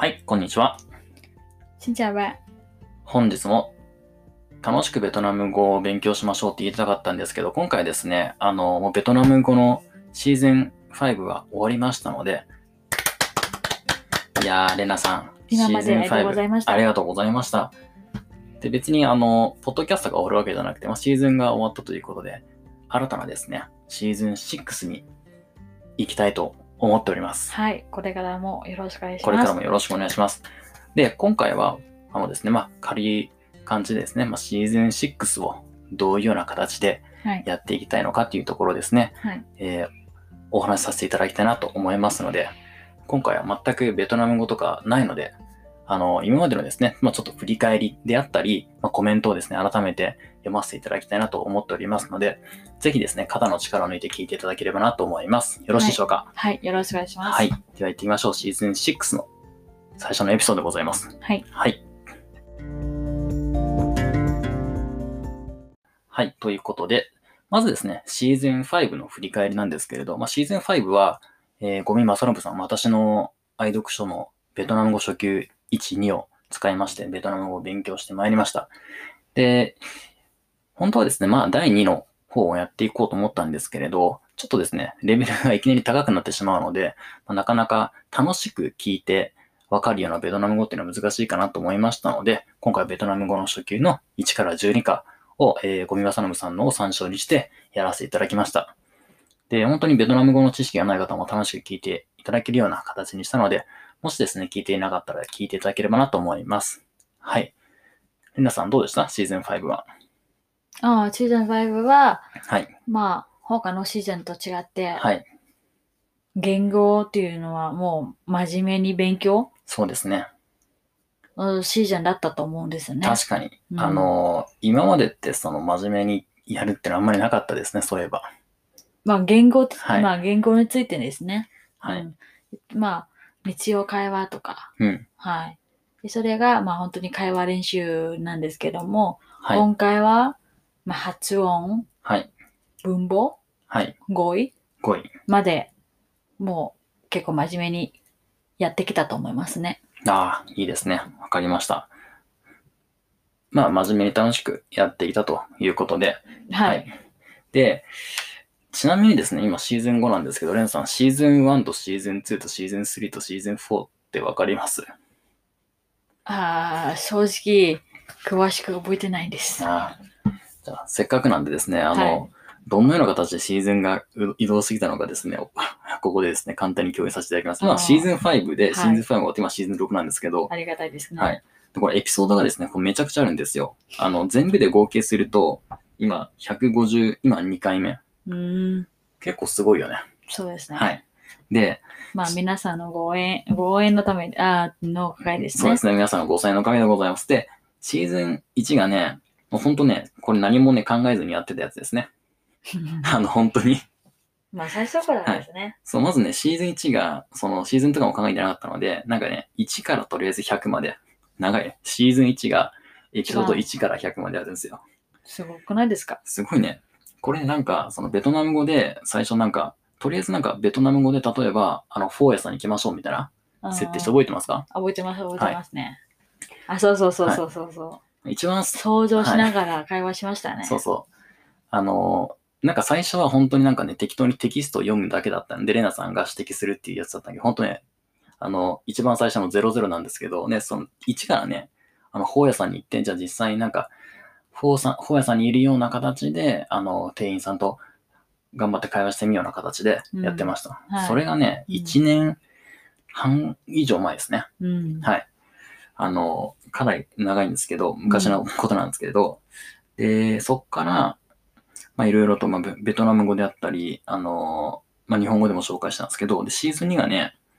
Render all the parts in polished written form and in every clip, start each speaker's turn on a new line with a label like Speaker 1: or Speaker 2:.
Speaker 1: はい、こんにちは。
Speaker 2: Xin chào bạn。
Speaker 1: 本日も楽しくベトナム語を勉強しましょうって言いたかったんですけど、今回ですね、もうベトナム語のシーズン5が終わりましたので、いやー、レナさん、
Speaker 2: 今までありがとうございました。
Speaker 1: ありがとうございました。で、別にポッドキャストが終わるわけじゃなくて、シーズンが終わったということで、新たなですね、シーズン6に行きたいと思っております。
Speaker 2: はい、これからもよろしくお願いします。
Speaker 1: これからもよろしくお願いします。で、今回は、ですね、軽い感じでですね、シーズン6をどういうような形でやっていきたいのかっていうところですね、お話しさせていただきたいなと思いますので、今回は全くベトナム語とかないので、今までのですね、ちょっと振り返りであったり、コメントをですね、改めて読ませていただきたいなと思っておりますので、ぜひですね、肩の力を抜いて聞いていただければなと思います。よろしいでしょうか？
Speaker 2: はい、よろしくお願いします。
Speaker 1: はい。では行ってみましょう。シーズン6の最初のエピソードでございます。
Speaker 2: はい。
Speaker 1: はい。はい。ということで、まずですね、シーズン5の振り返りなんですけれど、シーズン5は、五味正信さん、私の愛読書のベトナム語初級1、2を使いまして、ベトナム語を勉強してまいりました。で、本当はですね、第2の方をやっていこうと思ったんですけれど、ちょっとですね、レベルがいきなり高くなってしまうので、なかなか楽しく聞いてわかるようなベトナム語っていうのは難しいかなと思いましたので、今回ベトナム語の初級の1から12課を、五味正信さんのを参照にしてやらせていただきました。で、本当にベトナム語の知識がない方も楽しく聞いていただけるような形にしたので、もしですね、聞いていなかったら聞いていただければなと思います。はい。皆さんどうでした？シーズン5は。
Speaker 2: シーズン5は、
Speaker 1: はい。
Speaker 2: 他のシーズンと違って、
Speaker 1: はい。
Speaker 2: 言語っていうのはもう真面目に勉強
Speaker 1: そうですね。
Speaker 2: シーズンだったと思うんですよね。
Speaker 1: 確かに。今までってその真面目にやるってのはあんまりなかったですね、そういえば。
Speaker 2: 言語、
Speaker 1: はい
Speaker 2: 言語についてですね。
Speaker 1: はい。
Speaker 2: 日常会話とか。
Speaker 1: うん。
Speaker 2: はい。でそれが、本当に会話練習なんですけども、
Speaker 1: はい。
Speaker 2: 今回は、発音、
Speaker 1: はい。
Speaker 2: 文法、
Speaker 1: はい。
Speaker 2: 語彙
Speaker 1: 語彙。
Speaker 2: まで、もう結構真面目にやってきたと思いますね。
Speaker 1: ああ、いいですね。わかりました。真面目に楽しくやっていたということで。
Speaker 2: はい。
Speaker 1: で、ちなみにですね、今シーズン5なんですけど、レンさん、シーズン1とシーズン2とシーズン3とシーズン4ってわかります？
Speaker 2: 正直、詳しく覚えてないです。
Speaker 1: じゃあ、せっかくなんでですね、どのような形でシーズンが移動してきたのかですね、ここでですね、簡単に共有させていただきます。シーズン5で、シーズン5が終わって今シーズン6なんですけど、
Speaker 2: ありがたいですね。
Speaker 1: はい。でこれエピソードがですね、めちゃくちゃあるんですよ。全部で合計すると、今、150、今2回目。結構すごいよね。
Speaker 2: そうですね。
Speaker 1: はい。で、
Speaker 2: 皆さんのご縁のための回ですね。
Speaker 1: そうですね。皆さんのご参加のおかげでございます。で、シーズン1がね、もうほんとね、これ何もね、考えずにやってたやつですね。本当に。
Speaker 2: 最初からですね。
Speaker 1: そう、まずね、シーズン1が、そのシーズンとかも考えてなかったので、なんかね、1からとりあえず100まで、長い。シーズン1がエピソード1から100まであるんですよ。
Speaker 2: すごくないですか？
Speaker 1: すごいね。これなんか、そのベトナム語で最初なんか、とりあえずなんかベトナム語で例えば、フォー屋さんに行きましょうみたいな設定して覚えてますか？
Speaker 2: 覚えてますね。そう。
Speaker 1: 一番
Speaker 2: 想像しながら会話しましたね。
Speaker 1: そうそう。なんか最初は本当になんかね、適当にテキストを読むだけだったんで、レナさんが指摘するっていうやつだったんだけど、本当ね、一番最初の00なんですけど、ね、その1からね、フォー屋さんに行って、じゃあ実際になんか、フォー屋さんにいるような形で、店員さんと頑張って会話してみような形でやってました。それがね、1年半以上前ですね。はい。かなり長いんですけど、昔のことなんですけれど、で、そっから、いろいろと、ベトナム語であったり、日本語でも紹介したんですけど、で、シーズン2が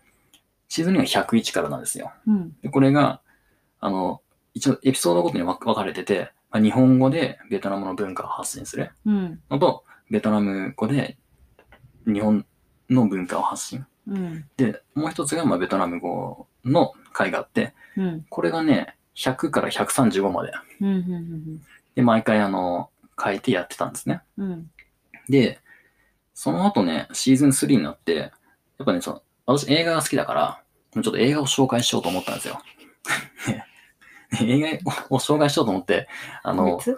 Speaker 1: 101からなんですよ。で、これが、一応エピソードごとに分かれてて、日本語でベトナムの文化を発信するのと、ベトナム語で日本の文化を発信。で、もう一つがベトナム語の回があって、これがね、100から135まで。で、毎回変えてやってたんですね。で、その後ね、シーズン3になって、やっぱね、私映画が好きだから、 ちょっと映画を紹介しようと思ったんですよ。映画を紹介しようと思って、
Speaker 2: 3つ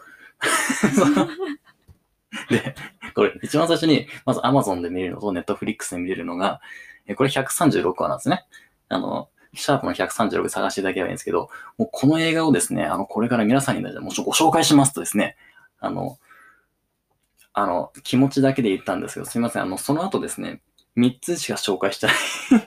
Speaker 1: で、これ一番最初に、まず Amazon で見れるのと Netflix で見れるのが、これ136話なんですね。シャープの136探していただければいいんですけど、もうこの映画をですね、これから皆さんにもうご紹介しますとですね、気持ちだけで言ったんですけど、すいません、その後ですね、3つしか紹介してない。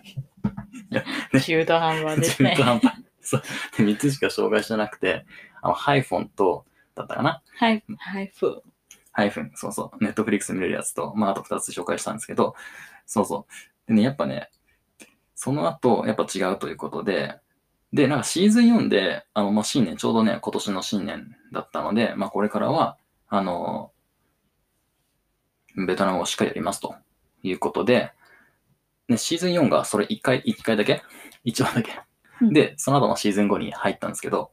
Speaker 2: 中途半端ですね。
Speaker 1: 中途半端。そう。で、3つしか紹介してなくて、ハイフォンと、だったかな
Speaker 2: ハイフ。
Speaker 1: ハイフン、そうそう。ネットフリックス見れるやつと、まあ、あと2つ紹介したんですけど、そうそう。でね、やっぱね、その後、やっぱ違うということで、で、なんかシーズン4で、まあ、新年、ちょうどね、今年の新年だったので、まあ、これからは、ベトナムをしっかりやりますということで、ね、シーズン4がそれ1回だけ ?1 話だけ。で、その後のシーズン5に入ったんですけど、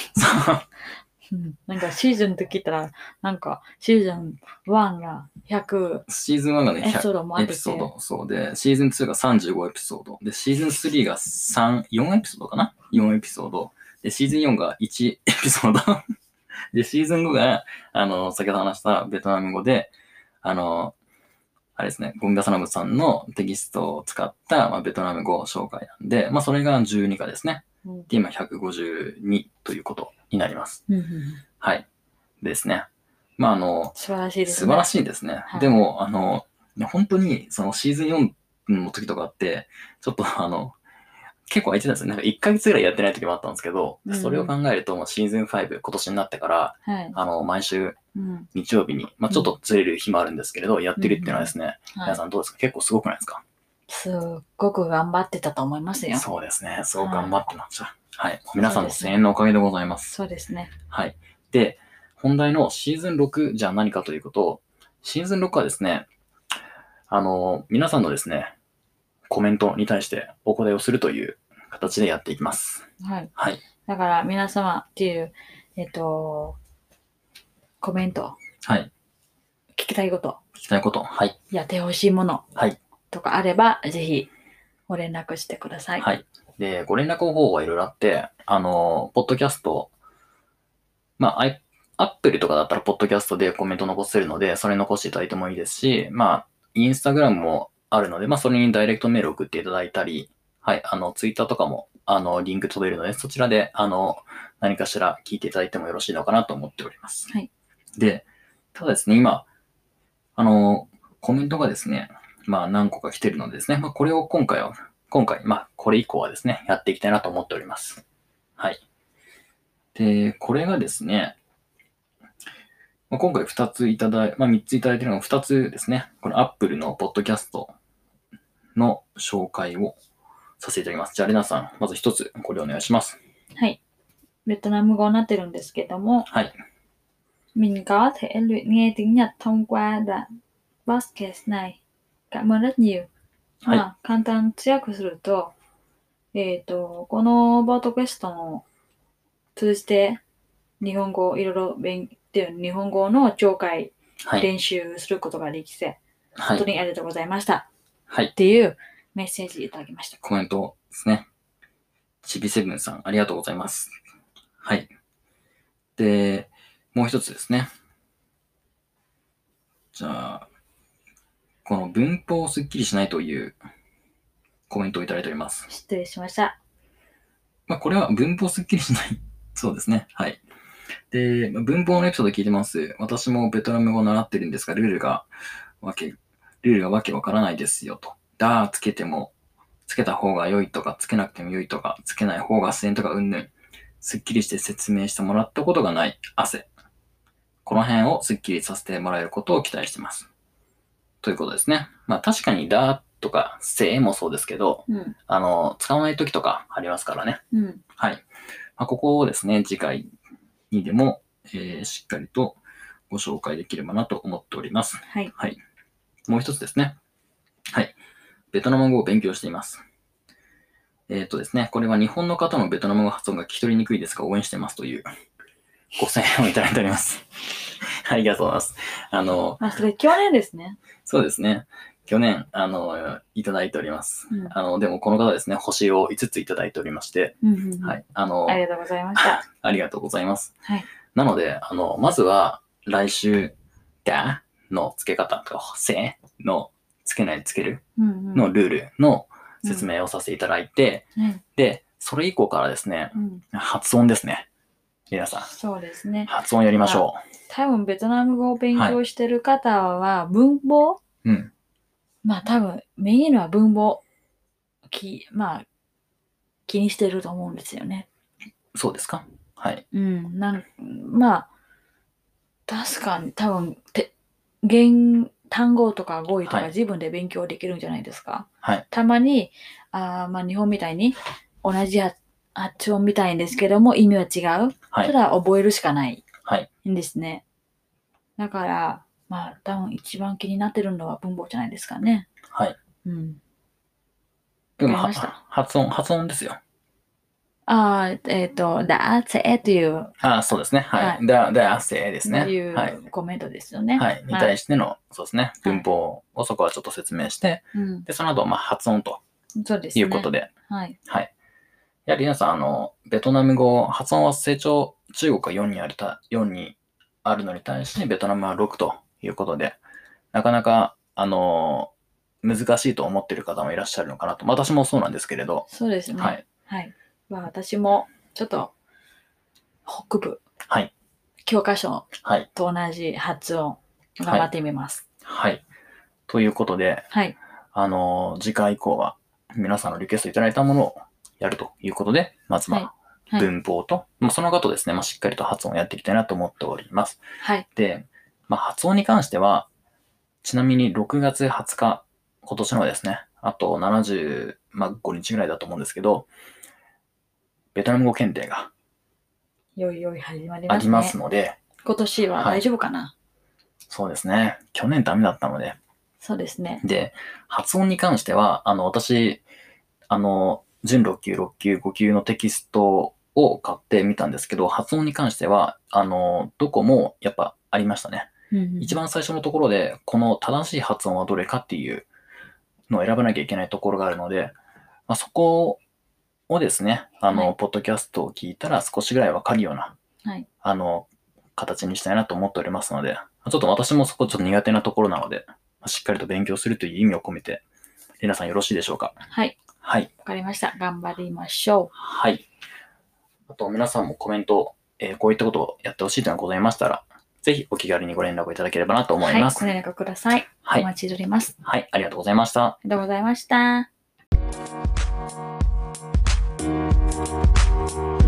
Speaker 2: なんかシーズンと聞いたら、なんかシーズン1が100
Speaker 1: シーズン1がね、
Speaker 2: エピソードもあってて
Speaker 1: エピソード、そうで、シーズン2が35エピソード、で、シーズン3が4エピソードかな ?4 エピソード。で、シーズン4が1エピソード。で、シーズン5が、先ほど話したベトナム語で、あれですね、ゴンガサナムさんのテキストを使った、まあ、ベトナム語紹介なんで、まあ、それが12課ですね。で、今152ということになります。はい。ですね。まあ、
Speaker 2: 素晴らしいですね。
Speaker 1: 素晴らしいですね。
Speaker 2: はい、
Speaker 1: でも、本当に、そのシーズン4の時とかって、ちょっと結構空いてたんですよ。なんか1ヶ月ぐらいやってない時もあったんですけど、それを考えると、もうシーズン5、今年になってから、
Speaker 2: はい、
Speaker 1: 毎週日曜日に、まあちょっとずれる日もあるんですけれど、やってるっていうのはですね、皆さんどうですか？結構すごくないですか？
Speaker 2: すっごく頑張ってたと思いますよ。
Speaker 1: そうですね。すごく頑張ってました。はい。皆さんの声援のおかげでございます。
Speaker 2: そうですね。
Speaker 1: はい。で、本題のシーズン6じゃあ何かということを、シーズン6はですね、皆さんのですね、コメントに対してお答えをするという形でやっていきます。
Speaker 2: はい。
Speaker 1: はい。
Speaker 2: だから皆様っていう、コメント。
Speaker 1: はい。
Speaker 2: 聞きたいこと。
Speaker 1: はい。
Speaker 2: やってほしいもの。
Speaker 1: はい。
Speaker 2: とかあれば、ぜひご連絡してください。
Speaker 1: はい。で、ご連絡方法はいろいろあって、ポッドキャスト、まあ、アップルとかだったら、ポッドキャストでコメント残せるので、それ残していただいてもいいですし、まあ、インスタグラムもあるので、まあ、それにダイレクトメール送っていただいたり、はい、ツイッターとかも、リンク届いるので、そちらで、何かしら聞いていただいてもよろしいのかなと思っております。
Speaker 2: はい。
Speaker 1: で、ただですね、今、コメントがですね、まあ、何個か来てるのでですね、まあ、これを今回、まあ、これ以降はですね、やっていきたいなと思っております。はい。で、これがですね、今回2つまあ、3ついただいているのが2つですね。この Apple のポッドキャストの紹介をさせていただきます。じゃあ、レナさん、まず1つ、これお願いします。
Speaker 2: はい。ベトナム語になってるんですけども、
Speaker 1: はい。
Speaker 2: Mình có thể luyện nghe tiếng Nhật thông qua đoạn podcast này. Cảm ơn rất nhiều.
Speaker 1: はい。
Speaker 2: まあ、簡単通訳すると、このポッドキャストを通じて日本語をいろいろ日本語の聴解、練習することができて、本当にありがとうございました。
Speaker 1: はい。
Speaker 2: っていうメッセージいただきました。
Speaker 1: コメントですね。ちびセブンさん、ありがとうございます。はい。で、もう一つですね。じゃあ、この文法すっきりしないというコメントをいただいております。
Speaker 2: 失礼しました。
Speaker 1: まあ、これは文法すっきりしない。そうですね。はい。で、文法のエピソード聞いてます。私もベトナム語を習ってるんですが、ルールがわけわからないですよと。だーつけても、つけた方が良いとか、つけなくても良いとか、つけない方が自然とかうんぬん。すっきりして説明してもらったことがない汗。この辺をすっきりさせてもらえることを期待しています。ということですね。まあ確かにだーとかせもそうですけど、使わない時とかありますからね。はい。まあ、ここをですね、次回にでも、しっかりとご紹介できればなと思っております。
Speaker 2: はい。
Speaker 1: はい。もう一つですね。はい。ベトナム語を勉強しています。ですね、これは日本の方のベトナム語発音が聞き取りにくいですが応援してますというご声援をいただいております。ありがとうございます。
Speaker 2: それ去年ですね。
Speaker 1: そうですね。 去年、いただいております。でもこの方ですね、星を5ついただいておりまして、はい。
Speaker 2: ありがとうございました。
Speaker 1: ありがとうございます。
Speaker 2: はい。
Speaker 1: なので、まずは、来週、だの付け方と、せの付けない付けるのルールの説明をさせていただいて、で、それ以降からですね、発音ですね。皆さん。
Speaker 2: そうですね。
Speaker 1: 発音やりましょう。
Speaker 2: 多分ベトナム語を勉強してる方は文法、まあ多分メインは文法まあ気にしてると思うんですよね。
Speaker 1: そうですか？はい。
Speaker 2: まあ確かに多分単語とか語彙とか自分で勉強できるんじゃないですか。
Speaker 1: はい。
Speaker 2: たまにまあ日本みたいに同じ発音みたいんですけども意味は違う。ただ覚えるしかないんですね。だからまあ多分一番気になってるのは文法じゃないですかね。
Speaker 1: はい。
Speaker 2: わかりました。
Speaker 1: 発音ですよ。
Speaker 2: だ、せという。
Speaker 1: そうですね。はい。だ、せですね。
Speaker 2: いうコメントですよね。
Speaker 1: はい。に対しての、そうですね。文法をそこはちょっと説明して、で、その後、発音ということで。
Speaker 2: はい。
Speaker 1: はい。やはり皆さん、ベトナム語、発音は中国が4にあるのに対して、ベトナムは6ということで、なかなか、難しいと思っている方もいらっしゃるのかなと。私もそうなんですけれど。
Speaker 2: そうですね。はい。私も、ちょっと、北部。はい。教科書と同じ発音、頑張ってみます。
Speaker 1: はい。ということで、はい。次回以降は、皆さんのリクエストいただいたものをやるということで、まずは、文法と、その後ですね、しっかりと発音をやっていきたいなと思っております。はい。で、発音に関しては、ちなみに6月20日、今年のですね、あと75日ぐらいだと思うんですけど、ベトナム語検定が
Speaker 2: 始まりますね。
Speaker 1: ありますので、
Speaker 2: 今年は大丈夫かな？
Speaker 1: そうですね。去年ダメだったので。
Speaker 2: そうですね。
Speaker 1: で、発音に関しては、私、準6級、6級、5級のテキストを買ってみたんですけど、発音に関しては、どこもやっぱありましたね。一番最初のところで、この正しい発音はどれかっていうのを選ばなきゃいけないところがあるので、そこをですね、ポッドキャストを聞いたら少しぐらいわかるような、形にしたいなと思っておりますので、ちょっと私もそこちょっと苦手なところなので、しっかりと勉強するという意味を込めて、レナさんよろしいでしょうか？
Speaker 2: はい。はい。わかりました。頑張りましょう。
Speaker 1: はい。あと、皆さんもコメント、こういったことをやってほしいというのがございましたら、ぜひお気軽にご連絡いただければなと思います。
Speaker 2: はい、ご連絡ください。はい。お待ちしております。
Speaker 1: はい、ありがとうございました。
Speaker 2: ありがとうございました。